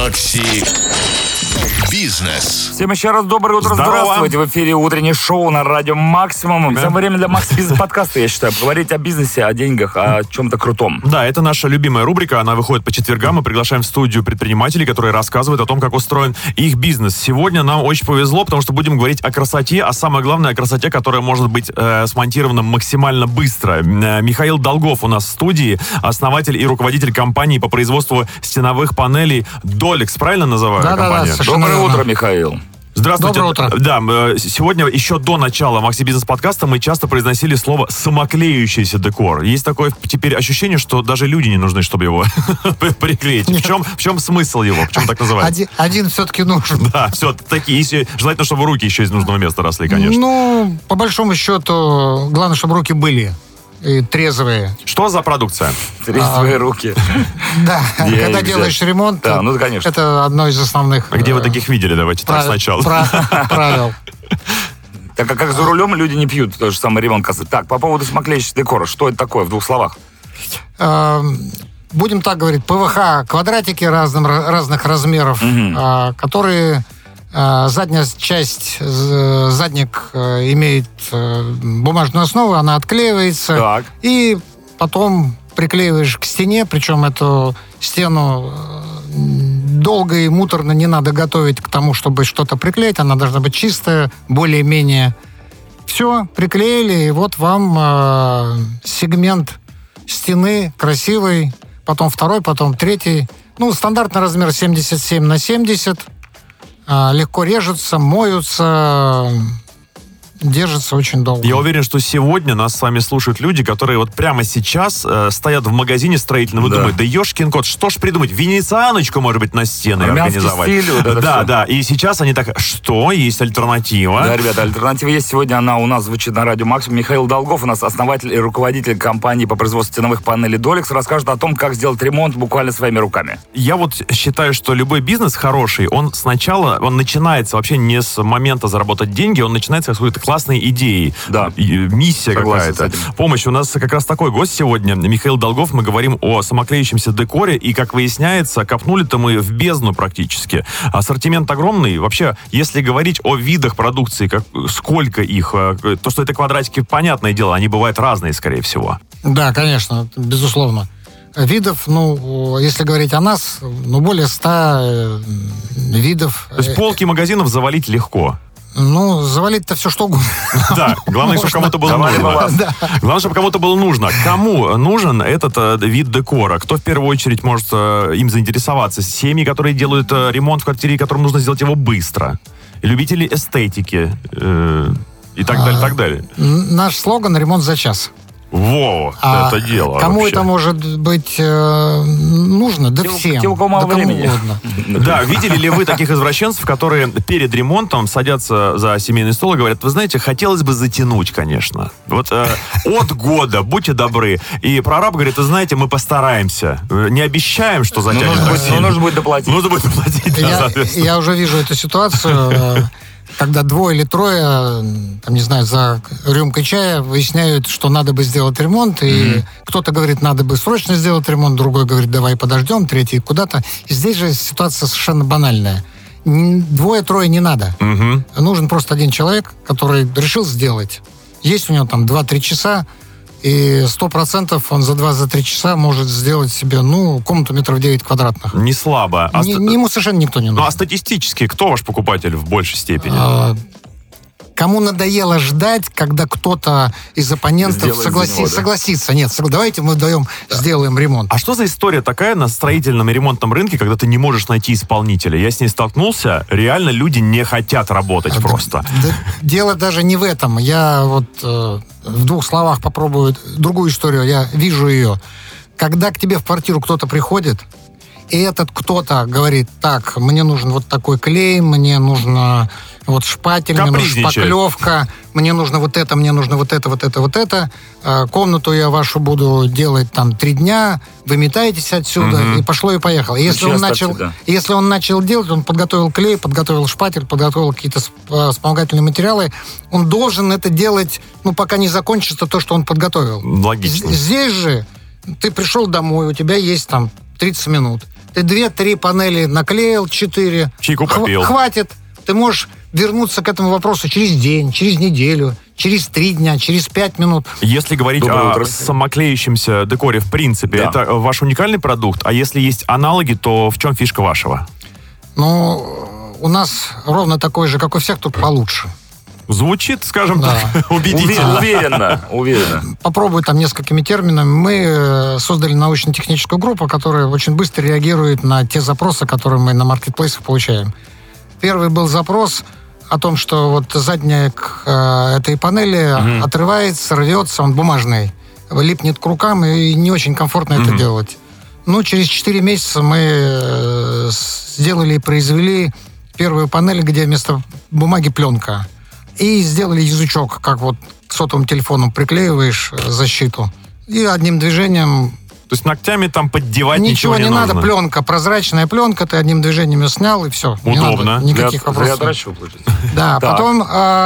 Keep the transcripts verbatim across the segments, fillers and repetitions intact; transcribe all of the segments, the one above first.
Макси Бизнес. Всем еще раз доброе утро. Здорово. Здравствуйте. В эфире утреннее шоу на радио Максимум. Да. Самое время для Макси Бизнес подкаста, я считаю. Поговорить о бизнесе, о деньгах, о чем-то крутом. Да, это наша любимая рубрика. Она выходит по четвергам. Мы приглашаем в студию предпринимателей, которые рассказывают о том, как устроен их бизнес. Сегодня нам очень повезло, потому что будем говорить о красоте, а самое главное, о красоте, которая может быть э, смонтирована максимально быстро. Э, Михаил Долгов у нас в студии, основатель и руководитель компании по производству стеновых панелей Долекс. Правильно называю Да, да, компанию? да, Доброе верно. утро, Михаил. Здравствуйте. Доброе утро. Да, э, сегодня еще до начала Макси Бизнес подкаста мы часто произносили слово «самоклеющийся декор». Есть такое теперь ощущение, что даже люди не нужны, чтобы его приклеить. В чем, в чем смысл его? Почему так называют? Один, один все-таки нужен. Да, все, такие. Если, желательно, чтобы руки еще из нужного места росли, конечно. Ну, по большому счету, главное, чтобы руки были и трезвые. Что за продукция? Трезвые руки. Да, Я когда их делаешь взял. ремонт, Да, ну, конечно. это одно из основных А где вы э, таких видели? Давайте так прав- сначала. прав- правил. Так как, как за рулем люди не пьют, тот же самый ремонт касается. Так, по поводу самоклеящего декора. Что это такое в двух словах? Э, Будем так говорить, ПВХ, квадратики разным, разных размеров, э, которые э, задняя часть, з- задник э, имеет э, бумажную основу, она отклеивается. Так. И потом приклеиваешь к стене, причем эту стену э, долго и муторно не надо готовить к тому, чтобы что-то приклеить. Она должна быть чистая, более-менее. Все, приклеили, и вот вам э, сегмент стены красивый, потом второй, потом третий. Ну, стандартный размер семьдесят семь на семьдесят. Э, легко режется, моются, держится очень долго. Я уверен, что сегодня нас с вами слушают люди, которые вот прямо сейчас э, стоят в магазине строительном и Да. думают, да ешкин кот, что ж придумать? Венецианочку, может быть, на стены Армянский организовать. стиль, вот это да, всё. да. И сейчас они так, что? Есть альтернатива? Да, ребята, альтернатива есть. Сегодня она у нас звучит на радио Максимум. Михаил Долгов у нас основатель и руководитель компании по производству стеновых панелей Долекс, расскажет о том, как сделать ремонт буквально своими руками. Я вот считаю, что любой бизнес хороший, он сначала, он начинается вообще не с момента заработать деньги, он начинается с какой-то классной идеи. Да. И, миссия Согласен какая-то. с этим. Помощь. У нас как раз такой гость сегодня, Михаил Долгов. Мы говорим о самоклеющемся декоре, и, как выясняется, копнули-то мы в бездну практически. Ассортимент огромный. Вообще, если говорить о видах продукции, как, сколько их, э, то, что это квадратики, понятное дело, они бывают разные, скорее всего. Да, конечно, безусловно. Видов, ну, если говорить о нас, ну, более ста э, видов. То есть полки магазинов завалить легко. Ну, завалить-то все что угодно. Да, главное, чтобы кому-то было Завалим нужно. вас. Главное, чтобы кому-то было нужно. Кому нужен этот э, вид декора? Кто в первую очередь может э, им заинтересоваться? Семьи, которые делают э, ремонт в квартире, которым нужно сделать его быстро. Любители эстетики. э, и так далее, так далее. Н- Наш слоган «Ремонт за час». Во, А это дело Кому вообще. это может быть э, нужно? Да Те, у- всем. те, у кого мало да кому времени. угодно. Да, видели ли вы таких извращенцев, которые перед ремонтом садятся за семейный стол и говорят, вы знаете, хотелось бы затянуть, конечно. Вот э, от года, будьте добры. И прораб говорит, вы знаете, мы постараемся. Э, Не обещаем, что Ну, затянем. нужно, так будет, ну, сильно. нужно будет доплатить. Нужно будет доплатить, да, Я, соответственно. я уже вижу эту ситуацию, э, когда двое или трое, там, не знаю, за рюмкой чая выясняют, что надо бы сделать ремонт, и кто-то говорит, надо бы срочно сделать ремонт, другой говорит, давай подождем, третий куда-то. И здесь же ситуация совершенно банальная. Н- Двое-трое не надо. Мгм. Нужен просто один человек, который решил сделать. Есть у него там два-три часа, и сто процентов он за два-три часа может сделать себе, ну, комнату метров девять квадратных. Не слабо. А Ни- ст- Ему совершенно никто не Ну, нужен. а статистически, кто ваш покупатель в большей степени? А, Кому надоело ждать, когда кто-то из оппонентов Сделает за согласи- него, да? согласится. Нет, сог- давайте мы вдвоем сделаем ремонт. А что за история такая на строительном и ремонтном рынке, когда ты не можешь найти исполнителя? Я с ней столкнулся, реально люди не хотят работать просто. Да, дело даже не в этом. Я вот э, в двух словах попробую другую историю. Я вижу ее. Когда к тебе в квартиру кто-то приходит, и этот кто-то говорит, так, мне нужен вот такой клей, мне нужно вот шпатель, мне нужна Капризничает. шпаклевка, мне нужно вот это, мне нужно вот это, вот это, вот это. Э, Комнату я вашу буду делать там три дня, выметаетесь отсюда, Мгм. и пошло и поехало. Если Ключи он, оставьте, начал, да. если он начал делать, он подготовил клей, подготовил шпатель, подготовил какие-то сп- э, вспомогательные материалы, он должен это делать, ну, пока не закончится то, что он подготовил. Логично. З- Здесь же ты пришел домой, у тебя есть там тридцать минут. Ты две-три панели наклеил, четыре. Чайку попил. Хв- хватит. Ты можешь вернуться к этому вопросу через день, через неделю, через три дня, через пять минут. Если говорить Доброе о утро. самоклеющемся декоре, в принципе, Да. это ваш уникальный продукт, а если есть аналоги, то в чем фишка вашего? Ну, у нас ровно такой же, как у всех, только получше. Звучит, скажем Да. так, убедительно. Уверенно, уверенно. Попробую там несколькими терминами. Мы э, создали научно-техническую группу, которая очень быстро реагирует на те запросы, которые мы на маркетплейсах получаем. Первый был запрос о том, что вот задняя к э, этой панели Мгм. отрывается, рвется, он бумажный, липнет к рукам, и не очень комфортно это Мгм. делать. Ну, через четыре месяца мы э, сделали и произвели первую панель, где вместо бумаги пленка. И сделали язычок, как вот к сотовым телефонам приклеиваешь э, защиту. И одним движением... То есть ногтями там поддевать Ничего, ничего, не, не надо, нужно. пленка, прозрачная пленка, ты одним движением ее снял, и все. Не Удобно. надо никаких Для- вопросов. для дрочу, получается. Да, Так. потом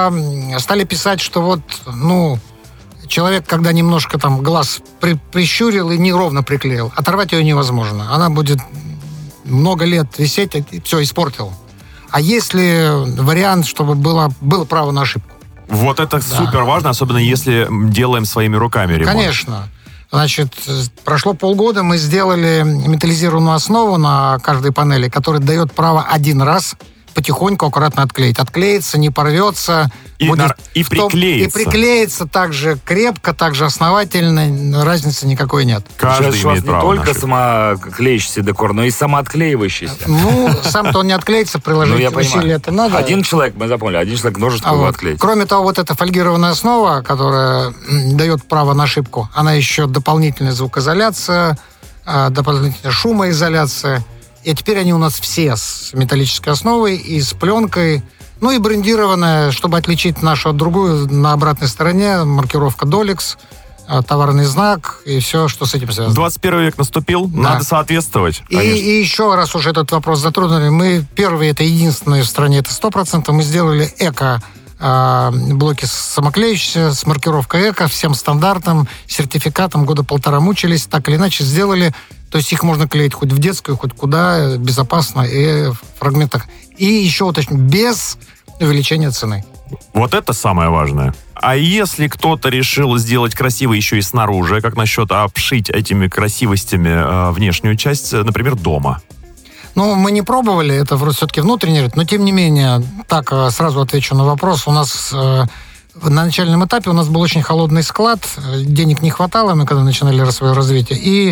э, стали писать, что вот, ну, человек, когда немножко там глаз при- прищурил и неровно приклеил, оторвать ее невозможно. Она будет много лет висеть, и все, испортил. А если вариант, чтобы было, было право на ошибку? Вот это супер важно, особенно если делаем своими руками ремонт. Конечно. Значит, э, прошло полгода, мы сделали металлизированную основу на каждой панели, которая дает право один раз потихоньку, аккуратно отклеить. Отклеится, не порвется. И на- и в том- приклеится. И приклеится так же крепко, так же основательно. Разницы никакой нет. Каждый Сейчас у вас имеет не право на только ошибку. самоклеящийся декор, но и самоотклеивающийся. Ну, сам-то он не отклеится, Ну, приложить я усилия понимаю. это надо. Один человек, мы запомнили, один человек может А его вот, отклеить. кроме того, вот эта фольгированная основа, которая м, дает право на ошибку, она еще дополнительная звукоизоляция, а, дополнительная шумоизоляция. И теперь они у нас все с металлической основой и с пленкой. Ну и брендированная, чтобы отличить нашу от другую, на обратной стороне маркировка Dolex, а, товарный знак и все, что с этим связано. двадцать первый век наступил, Да. надо соответствовать. И, конечно. и еще раз уже этот вопрос затронули. Мы первые, это единственные в стране, это сто процентов, мы сделали эко а, блоки самоклеющиеся с маркировкой эко, всем стандартам, сертификатом, года полтора мучились, так или иначе сделали. То есть их можно клеить хоть в детскую, хоть куда, безопасно и в фрагментах. И еще уточню, без увеличения цены. Вот это самое важное. А если кто-то решил сделать красиво еще и снаружи, как насчет обшить этими красивостями э, внешнюю часть, э, например, дома? Ну, мы не пробовали, это вроде все-таки внутренний ряд, но тем не менее, так, э, сразу отвечу на вопрос. У нас э, на начальном этапе у нас был очень холодный склад, э, денег не хватало, мы когда начинали свое развитие, и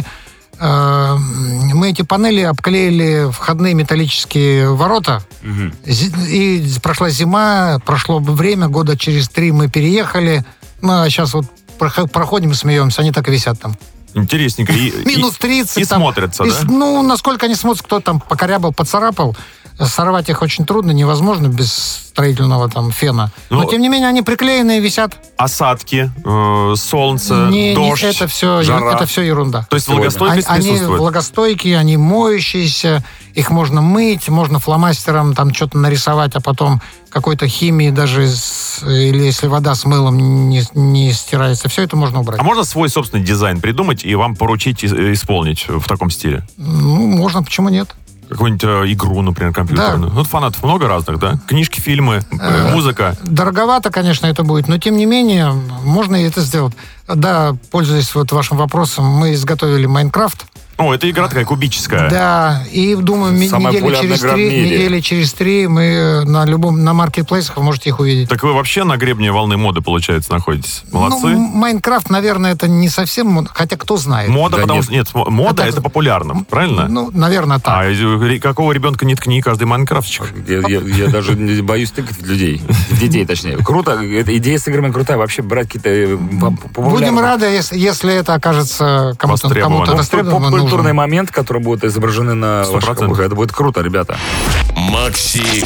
э, мы эти панели обклеили входные металлические ворота, Мгм. Зи- и прошла зима, прошло бы время, года через три мы переехали, ну, а сейчас вот прохо- проходим и смеемся, они так и висят там. Интересненько. И, Минус и- тридцать. И, там. смотрятся, И да? с- Ну, насколько они смотрятся, кто там покорябал, поцарапал. Сорвать их очень трудно, невозможно без строительного там фена. Но, Ну, тем не менее, они приклеенные, висят. Осадки, э, солнце, Не- не- дождь. это, все, жара. это все ерунда. То есть Сегодня. Они, влагостойкость они присутствует? влагостойкие, они моющиеся, их можно мыть, можно фломастером там что-то нарисовать, а потом какой-то химией даже, с- или если вода с мылом не, не стирается, все это можно убрать. А можно свой собственный дизайн придумать и вам поручить и- исполнить в таком стиле? Ну, можно, почему нет? Какую-нибудь э, игру, например, компьютерную. Ну, фанатов много разных, да? Книжки, фильмы, э, музыка. Дороговато, конечно, это будет, но тем не менее, можно и это сделать. Да, пользуясь вот вашим вопросом, мы изготовили Майнкрафт. О, это игра такая кубическая. Да, и думаю, ми- Самая недели популярная через, игра в три, мире. недели через три мы на любом, на маркетплейсах вы можете их увидеть. Так вы вообще на гребне волны моды, получается, находитесь. Молодцы. Ну, м- Майнкрафт, наверное, это не совсем, мод- хотя кто знает. Мода, Да потому нет. что... Нет, смо- мода Это- это популярно, правильно? Ну, наверное, так. А из- какого ребенка не ткни, каждый майнкрафтчик. Я, я- я даже не боюсь тыкать в людей. В детей, точнее. Круто. Эта идея с играми крутая. Вообще брать какие-то... э, поп- Будем популярные- рады, если, если это окажется кому-то, Востребовано. кому-то Поп- востребованным. Поп-культурный нужным. момент, который будут изображены на Сто ваших процентов. коробках. Это будет круто, ребята. Макси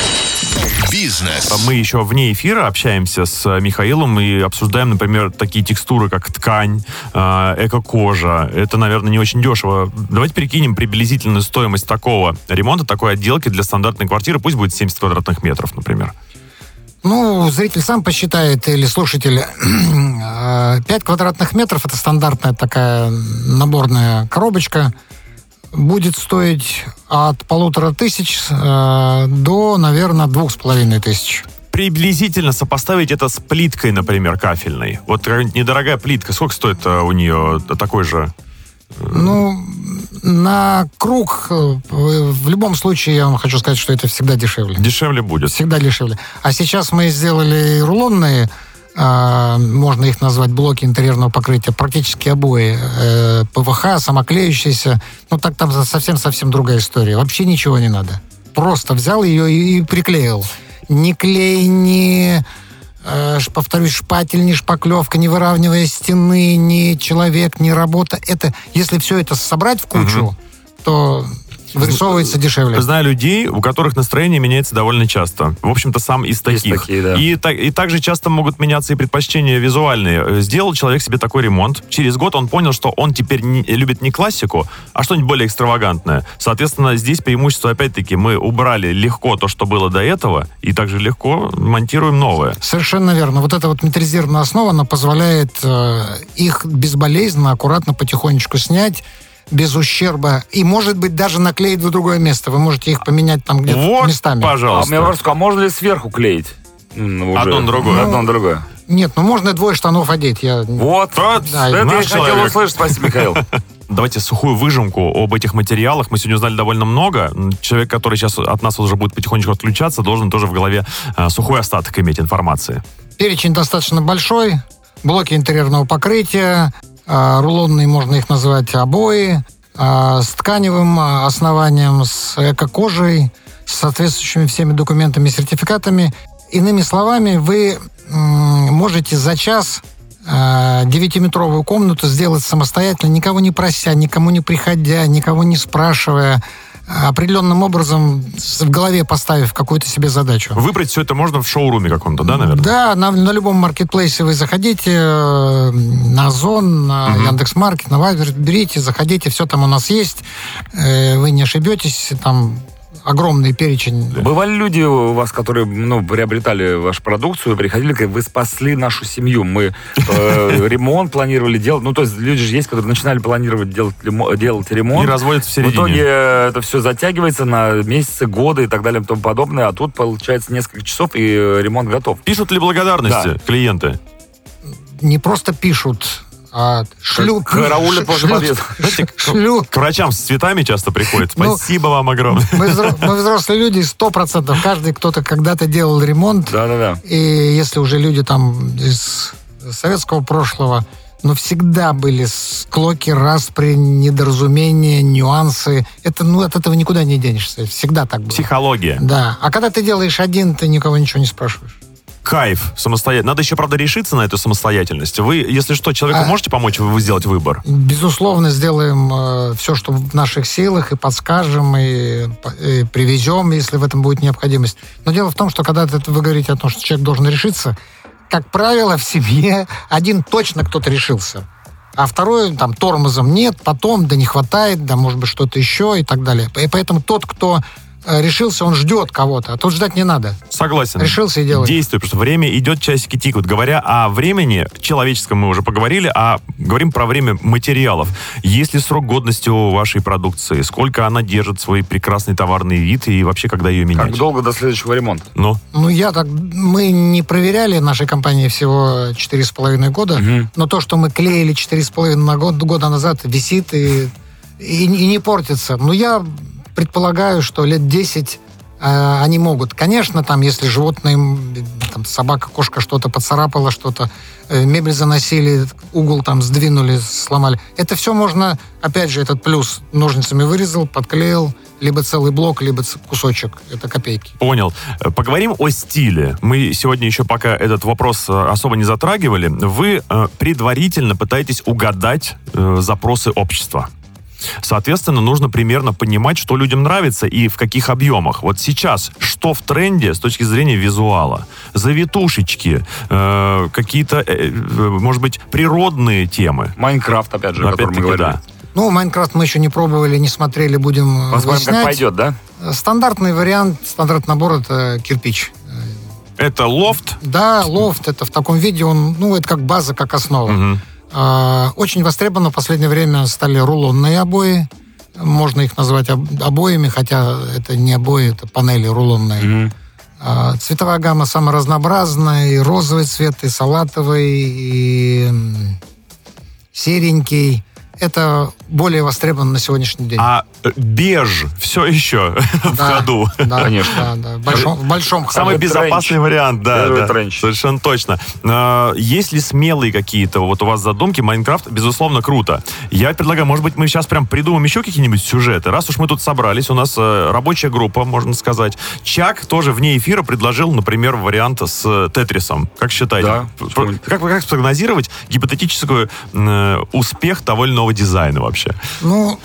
Бизнес. Мы еще вне эфира общаемся с Михаилом и обсуждаем, например, такие текстуры, как ткань, э, эко-кожа. Это, наверное, не очень дешево. Давайте перекинем приблизительную стоимость такого ремонта, такой отделки для стандартной квартиры. Пусть будет семьдесят квадратных метров, например. Ну, зритель сам посчитает, или слушатель. пять квадратных метров — это стандартная такая наборная коробочка. будет стоить от полутора тысяч э, до, наверное, двух с половиной тысяч. Приблизительно сопоставить это с плиткой, например, кафельной. Вот какая-нибудь недорогая плитка. Сколько стоит у нее такой же? Ну, на круг, в любом случае, я вам хочу сказать, что это всегда дешевле. Дешевле будет. Всегда дешевле. А сейчас мы сделали рулонные, э, можно их назвать блоки интерьерного покрытия, практически обои, э, ПВХ, самоклеющиеся. Ну, так там совсем-совсем другая история. Вообще ничего не надо. Просто взял ее и, и приклеил. Ни клей, ни... повторюсь, шпатель, ни шпаклевка, ни выравнивая стены, ни человек, ни работа. Это, если все это собрать в кучу, угу. то вырисовывается дешевле. Знаю людей, у которых настроение меняется довольно часто. В общем-то, сам из таких. Есть такие, да. И, так, и также часто могут меняться и предпочтения визуальные. Сделал человек себе такой ремонт. Через год он понял, что он теперь не, любит не классику, а что-нибудь более экстравагантное. Соответственно, здесь преимущество, опять-таки, мы убрали легко то, что было до этого, и также легко монтируем новое. Совершенно верно. Вот эта вот металлизированная основа, она позволяет э, их безболезненно, аккуратно, потихонечку снять, без ущерба. И, может быть, даже наклеить в другое место. Вы можете их поменять там где-то вот, местами. Пожалуйста. А у меня вопрос, а можно ли сверху клеить? Ну, уже. Одно на другое. Одно на другое. Нет, ну можно двое штанов одеть. Я... Вот. Вот. Да, это я хотел услышать. Спасибо, Михаил. Давайте сухую выжимку об этих материалах. Мы сегодня узнали довольно много. Человек, который сейчас от нас уже будет потихонечку отключаться, должен тоже в голове а, сухой остаток иметь информации. Перечень достаточно большой. Блоки интерьерного покрытия, а, рулонные, можно их назвать, обои, а, с тканевым основанием, с эко-кожей, с соответствующими всеми документами и сертификатами. Иными словами, вы м, можете за час девятиметровую комнату сделать самостоятельно, никого не прося, никому не приходя, никого не спрашивая, определенным образом в голове поставив какую-то себе задачу. Выбрать все это можно в шоуруме каком-то, да, наверное? Да, на, на любом маркетплейсе вы заходите, на Озон, на угу. Яндекс.Маркет, на Вайбер, берите, заходите, все там у нас есть, вы не ошибетесь, там огромный перечень. Бывали люди у вас, которые ну, приобретали вашу продукцию, приходили, как вы спасли нашу семью. Мы э, ремонт планировали делать. Ну, то есть люди же есть, которые начинали планировать делать, делать ремонт. И разводятся в середине. В итоге это все затягивается на месяцы, годы и так далее и тому подобное. А тут, получается, несколько часов, и ремонт готов. Пишут ли благодарности да. клиенты? Не просто пишут, а шлют. Караулят после подъезда. Шлют. К врачам с цветами часто приходят. Спасибо ну, вам огромное. Мы, взро- мы взрослые люди, сто процентов. Каждый кто-то когда-то делал ремонт. Да-да-да. И если уже люди там из советского прошлого, но всегда были склоки, распри, недоразумения, нюансы. Это, ну, от этого никуда не денешься. Всегда так было. Психология. Да. А когда ты делаешь один, ты никого ничего не спрашиваешь. Кайф самостоятельно. Надо еще, правда, решиться на эту самостоятельность. Вы, если что, человеку а, можете помочь вы сделать выбор? Безусловно, сделаем э, все, что в наших силах, и подскажем, и, и привезем, если в этом будет необходимость. Но дело в том, что когда вы говорите о том, что человек должен решиться, как правило, в семье один точно кто-то решился. А второй, там, тормозом нет, потом, да не хватает, да может быть что-то еще и так далее. И поэтому тот, кто решился, он ждет кого-то, а тут ждать не надо. Согласен. Решился и делает. Действуй, потому что время идет, часики тикают. Говоря о времени, человеческом мы уже поговорили, а говорим про время материалов. Есть ли срок годности у вашей продукции? Сколько она держит свой прекрасный товарный вид и вообще, когда ее менять? Как долго до следующего ремонта? Ну? Ну, я так... Мы не проверяли, нашей компании всего четыре с половиной года, угу. но то, что мы клеили четыре с половиной года назад, висит и, и, и не портится. Ну, я... предполагаю, что лет десять э, они могут. Конечно, там, если животное, там, собака, кошка что-то поцарапала, что-то, э, мебель заносили, угол там сдвинули, сломали. Это все можно, опять же, этот плюс ножницами вырезал, подклеил, либо целый блок, либо кусочек. Это копейки. Понял. Поговорим о стиле. Мы сегодня еще пока этот вопрос особо не затрагивали. Вы э, предварительно пытаетесь угадать э, запросы общества. Соответственно, нужно примерно понимать, что людям нравится и в каких объемах. Вот сейчас, что в тренде с точки зрения визуала? Завитушечки, э, какие-то, э, может быть, природные темы. Майнкрафт, опять же, о котором мы говорили. Да. Ну, Майнкрафт мы еще не пробовали, не смотрели, будем Посмотрим, выяснять. Как пойдет, да? Стандартный вариант, стандартный набор — это кирпич. Это лофт? Да, лофт. Это в таком виде, он, ну, это как база, как основа. Угу. Очень востребовано в последнее время стали рулонные обои. Можно их назвать обоями, хотя это не обои, это панели рулонные. Мгм. А, Цветовая гамма самая разнообразная. И розовый цвет, и салатовый, и м, серенький. Это более востребовано на сегодняшний день. А э, беж все еще в Да, ходу. Да, Конечно. Да, да, в большом, в большом ходу. Самый Белый безопасный тренч. вариант, да, Белый да, тренч. совершенно точно. А, есть ли смелые какие-то вот у вас задумки? Майнкрафт, безусловно, круто. Я предлагаю, может быть, мы сейчас прям придумаем еще какие-нибудь сюжеты. Раз уж мы тут собрались, у нас э, рабочая группа, можно сказать. Чак тоже вне эфира предложил, например, вариант с Тетрисом. Как считаете? Да, Про- почему? Как, как спрогнозировать гипотетическую э, успех того или иного дизайна вообще? Ну,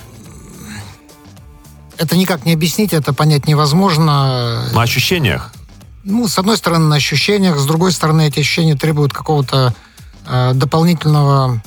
это никак не объяснить, это понять невозможно. На ощущениях? Ну, с одной стороны, на ощущениях, с другой стороны, эти ощущения требуют какого-то э, дополнительного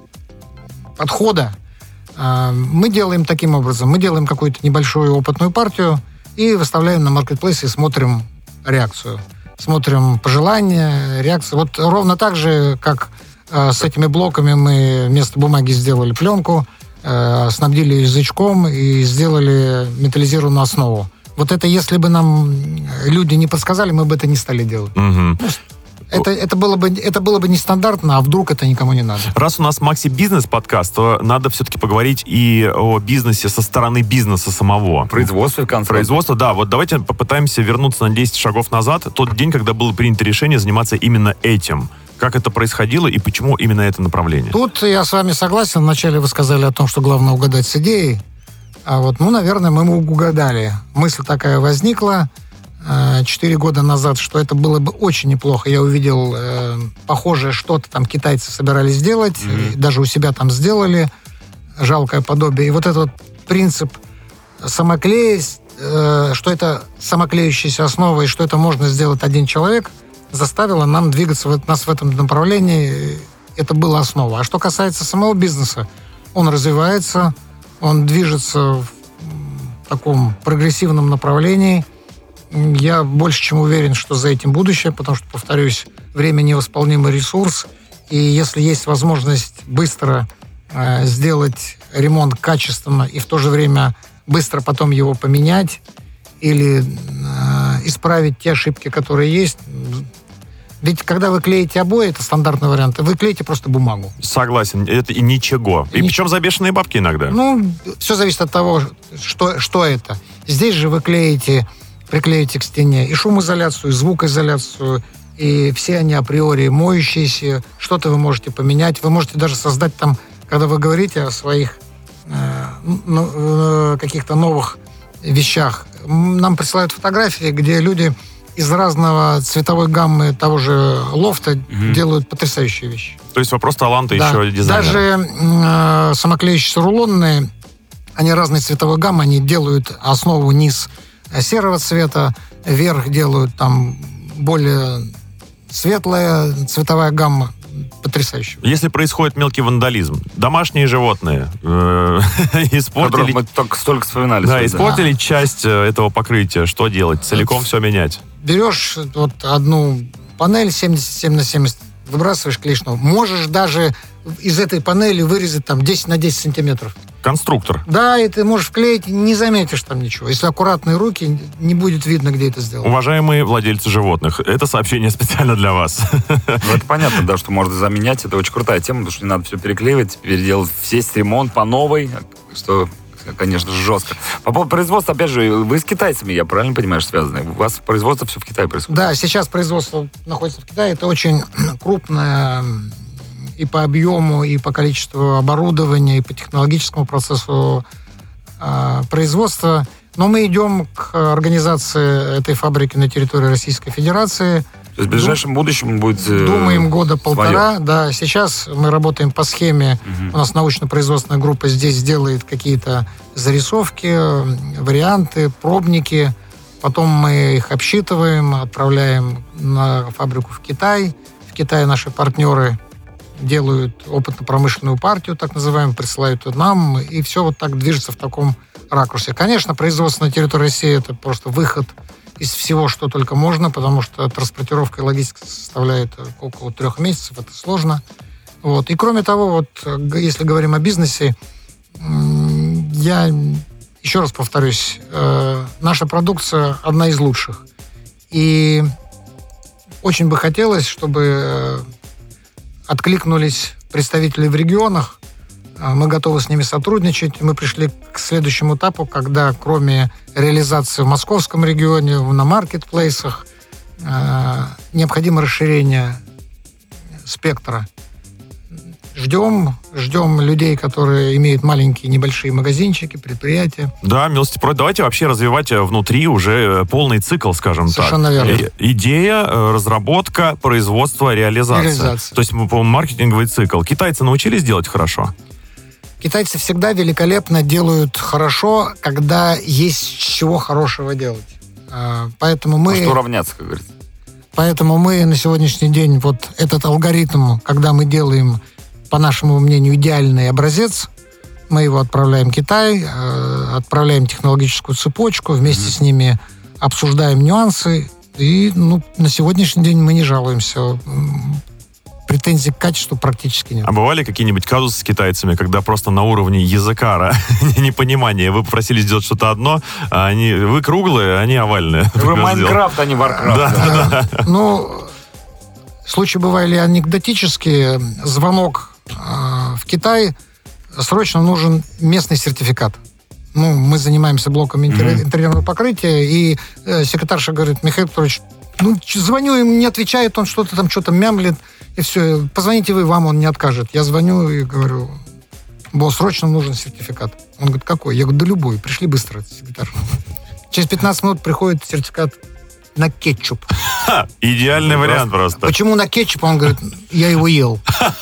подхода. Э, мы делаем таким образом. Мы делаем какую-то небольшую опытную партию и выставляем на маркетплейс и смотрим реакцию. Смотрим пожелания, реакции. Вот ровно так же, как э, с этими блоками мы вместо бумаги сделали пленку, э, снабдили язычком и сделали металлизированную основу. Вот это, если бы нам люди не подсказали, мы бы это не стали делать. Мгм. Это, это, было бы, это было бы нестандартно, а вдруг это никому не надо. Раз у нас Макси бизнес подкаст, то надо все-таки поговорить и о бизнесе со стороны бизнеса самого. Производство, в конце. Производство, да. Вот давайте попытаемся вернуться на десять шагов назад. Тот день, когда было принято решение заниматься именно этим. Как это происходило и почему именно это направление? Тут я с вами согласен. Вначале вы сказали о том, что главное угадать с идеей. А вот, ну, наверное, мы угадали. Мысль такая возникла четыре года назад, что это было бы очень неплохо. Я увидел э, похожее что-то, там китайцы собирались сделать, Mm-hmm. даже у себя там сделали жалкое подобие. И вот этот принцип самоклея, э, что это самоклеющаяся основа и что это можно сделать один человек, заставило нам двигаться, в, нас в этом направлении. Это была основа. А что касается самого бизнеса, он развивается, он движется в таком прогрессивном направлении. Я больше чем уверен, что за этим будущее, потому что, повторюсь, время невосполнимый ресурс, и если есть возможность быстро э, сделать ремонт качественно и в то же время быстро потом его поменять или э, исправить те ошибки, которые есть. Ведь когда вы клеите обои, это стандартный вариант, вы клеите просто бумагу. Согласен, это и ничего. И И причем за бешеные бабки иногда. Ну, все зависит от того, что, что это. Здесь же вы клеите, приклеите к стене и шумоизоляцию, и звукоизоляцию, и все они априори моющиеся. Что-то вы можете поменять. Вы можете даже создать там, когда вы говорите о своих э, ну, э, каких-то новых вещах. Нам присылают фотографии, где люди из разного цветовой гаммы того же лофта Мгм. делают потрясающие вещи. То есть вопрос таланта Да. еще дизайнера. Даже э, самоклеющиеся рулонные, они разной цветовой гаммы, они делают основу низ серого цвета, верх делают там более светлая цветовая гамма. Потрясающе. Если происходит мелкий вандализм, домашние животные э, Которых испортили, мы только столько вспоминали. да, сегодня. испортили часть э, этого покрытия, что делать? Целиком все менять? Берешь вот одну панель семьдесят семь на семьдесят, выбрасываешь, клеишь новую. Можешь даже из этой панели вырезать там десять на десять сантиметров. Конструктор. Да, и ты можешь вклеить, не заметишь там ничего. Если аккуратные руки, не будет видно, где это сделано. Уважаемые владельцы животных, это сообщение специально для вас. Ну, это понятно, да, что можно заменять. Это очень крутая тема, потому что не надо все переклеивать, переделать весь ремонт по новой, что, конечно же, жестко. По поводу производства, опять же, вы с китайцами, я правильно понимаю, связаны? У вас производство все в Китае происходит? Да, сейчас производство находится в Китае. Это очень крупное и по объему, и по количеству оборудования, и по технологическому процессу э, производства. Но мы идем к организации этой фабрики на территории Российской Федерации. То есть в ближайшем будущем будет... э, Думаем года свое. полтора. Да, сейчас мы работаем по схеме. Мгм. У нас научно-производственная группа здесь делает какие-то зарисовки, варианты, пробники. Потом мы их обсчитываем, отправляем на фабрику в Китай. В Китае наши партнеры делают опытно-промышленную партию, так называемую, присылают ее нам, и все вот так движется в таком ракурсе. Конечно, производство на территории России — это просто выход из всего, что только можно, потому что транспортировка и логистика составляет около трех месяцев, это сложно. Вот. И кроме того, вот, если говорим о бизнесе, я еще раз повторюсь, э, наша продукция одна из лучших. И очень бы хотелось, чтобы э, откликнулись представители в регионах. Мы готовы с ними сотрудничать. Мы пришли к следующему этапу, когда кроме реализации в московском регионе, на маркетплейсах, э, необходимо расширение спектра. Ждем, ждем людей, которые имеют маленькие, небольшие магазинчики, предприятия. Да, милости просим. Давайте вообще развивать внутри уже полный цикл, скажем Совершенно так. верно. И- идея, разработка, производство, реализация. Реализация. То есть по маркетинговый цикл. Китайцы научились делать хорошо? Китайцы всегда великолепно делают хорошо, когда есть с чего хорошего делать. А, Поэтому мы... А что равняться, как говорится? Поэтому мы на сегодняшний день вот этот алгоритм, когда мы делаем, по нашему мнению, идеальный образец, мы его отправляем в Китай, э, отправляем технологическую цепочку, вместе mm-hmm. с ними обсуждаем нюансы, и ну, на сегодняшний день мы не жалуемся. Претензий к качеству практически нет. А бывали какие-нибудь казусы с китайцами, когда просто на уровне языка, непонимания, вы попросили сделать что-то одно, а они, вы круглые, а они овальные. Вы Майнкрафт, а не Варкрафт. Да, да, да. Ну, случаи бывали анекдотические. Звонок э, в Китай, срочно нужен местный сертификат. Ну, мы занимаемся блоком интер- интерьерного покрытия, и э, секретарша говорит: Михаил Петрович, ну, звоню, им не отвечает, он что-то там, что-то мямлит, и все, позвоните вы, вам он не откажет. Я звоню и говорю: босс, срочно нужен сертификат. Он говорит: какой? Я говорю: да любой, пришли быстро, секретарь. Через пятнадцать минут приходит сертификат на кетчуп. Ха, идеальный вариант просто. Почему на кетчуп? Он говорит: я его ел.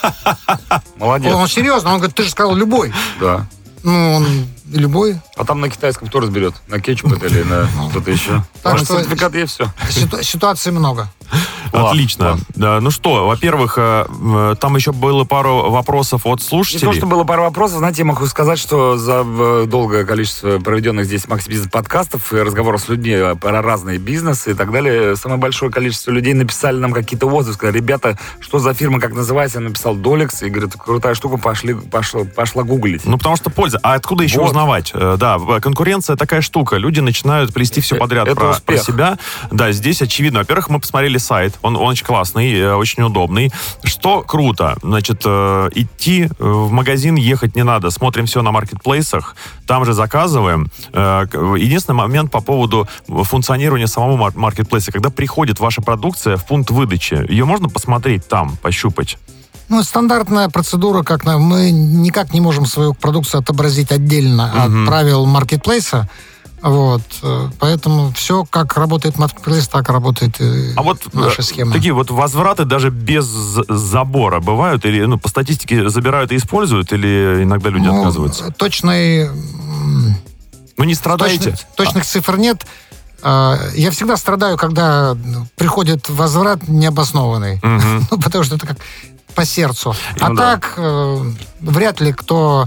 Молодец. Он серьезно, он говорит: ты же сказал любой. Да. Ну, он любой. А там на китайском кто разберет? На кетчуп это или на что-то еще? Так Может, что- сертификат есть, все. Ситу- Ситуаций много. Отлично. Класс, Да, ну что, во-первых, э, э, там еще было пару вопросов от Не то, слушателей. что было пару вопросов, знаете, я могу сказать, что за э, долгое количество проведенных здесь Макс Бизнес подкастов и разговоров с людьми про разные бизнесы и так далее, самое большое количество людей написали нам какие-то отзывы, сказали: ребята, что за фирма, как называется? Я написал Долекс, и говорит: крутая штука, пошли, пошла, пошла гуглить. Ну, потому что польза. А откуда еще Вот. узнавать? Э, Да, в- конкуренция такая штука. Люди начинают плести все Э, подряд это про, про успех. себя. Да, здесь очевидно. Во-первых, мы посмотрели сайт. Он, он очень классный, э, очень удобный. Что круто? Значит, э, идти в магазин ехать не надо. Смотрим все на маркетплейсах. Там же заказываем. Э, к- Единственный момент по поводу функционирования самого мар- маркетплейса. Когда приходит ваша продукция в пункт выдачи, ее можно посмотреть там, пощупать? Ну, стандартная процедура, как на, мы никак не можем свою продукцию отобразить отдельно Мгм. от правил маркетплейса. Вот. э, Поэтому все, как работает маркетплейс, так работает и А вот наша э, схема. такие вот возвраты даже без з- забора бывают? Или, ну, по статистике забирают и используют, или иногда люди Ну, отказываются? Точной, м, Ну, не страдаете? точных, точных цифр нет. А, Я всегда страдаю, когда ну, приходит возврат необоснованный. А, мгм. Ну, потому что это как по сердцу. А Ну да. так, э, вряд ли кто,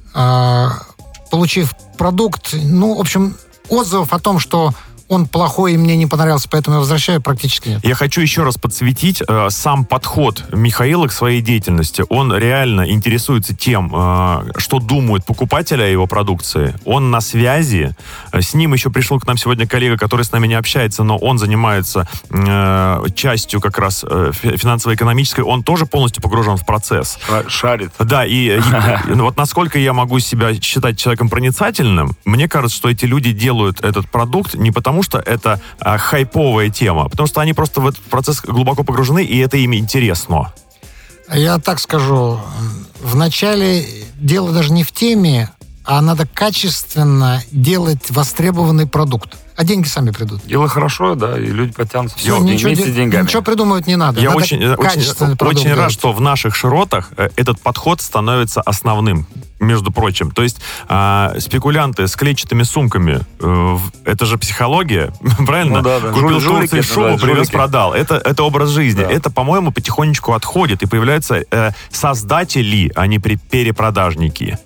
э, получив продукт, ну, в общем, отзывов о том, что он плохой и мне не понравился, поэтому я возвращаю, практически нет. Я хочу еще раз подсветить э, сам подход Михаила к своей деятельности. Он реально интересуется тем, э, что думают покупатели о его продукции. Он на связи. Э, С ним еще пришел к нам сегодня коллега, который с нами не общается, но он занимается э, частью как раз э, фи- финансово-экономической. Он тоже полностью погружен в процесс. Ша- Шарит. Да, и, и- и вот насколько я могу себя считать человеком проницательным, мне кажется, что эти люди делают этот продукт не потому, что это а, хайповая тема, потому что они просто в этот процесс глубоко погружены, и это им интересно. Я так скажу, вначале дело даже не в теме, а надо качественно делать востребованный продукт. А деньги сами придут. Дело хорошо, да, и люди потянутся. Всё, Вместе ничего, с де- деньгами. ничего придумывать не надо. Я Надо очень, очень, качественный продукт очень рад, делать. что в наших широтах э, этот подход становится основным, между прочим. То есть а, спекулянты с клетчатыми сумками, э, в- это же психология, правильно? Ну да, да. Купил Жуль- жулики Турции это шубу, называют, привез, жулики. продал. Это, это образ жизни. Да. Это, по-моему, потихонечку отходит, и появляются э, создатели, а не при- перепродажники.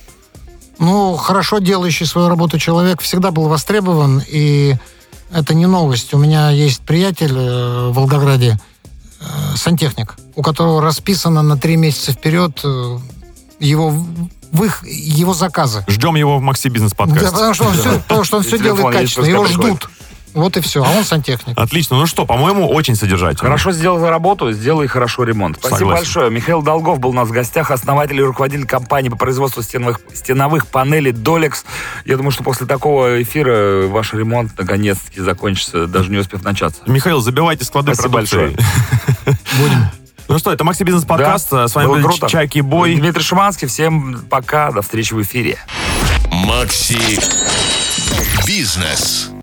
Ну, хорошо делающий свою работу человек всегда был востребован, и это не новость. У меня есть приятель э, в Волгограде, э, сантехник, у которого расписано на три месяца вперед э, его в- в их его заказы. Ждем его в Макси Бизнес Да, подкасте. потому что он все, потому что он все Телефон делает есть, качественно, его пускай приходит. ждут. Вот и все, а он сантехник. Отлично. Ну что, по-моему, очень содержательно. Хорошо сделай работу, сделай хорошо ремонт. Спасибо Согласен. большое. Михаил Долгов был у нас в гостях, основатель и руководитель компании по производству стеновых, стеновых панелей Dolex. Я думаю, что после такого эфира ваш ремонт наконец-таки закончится, даже не успев начаться. Михаил, забивайте склады Спасибо продукции. Будем. Ну что, это Макси Бизнес подкаст. Да, С вами было был круто. Чайки Бой. Дмитрий Шиманский. Всем пока, до встречи в эфире. Макси Бизнес.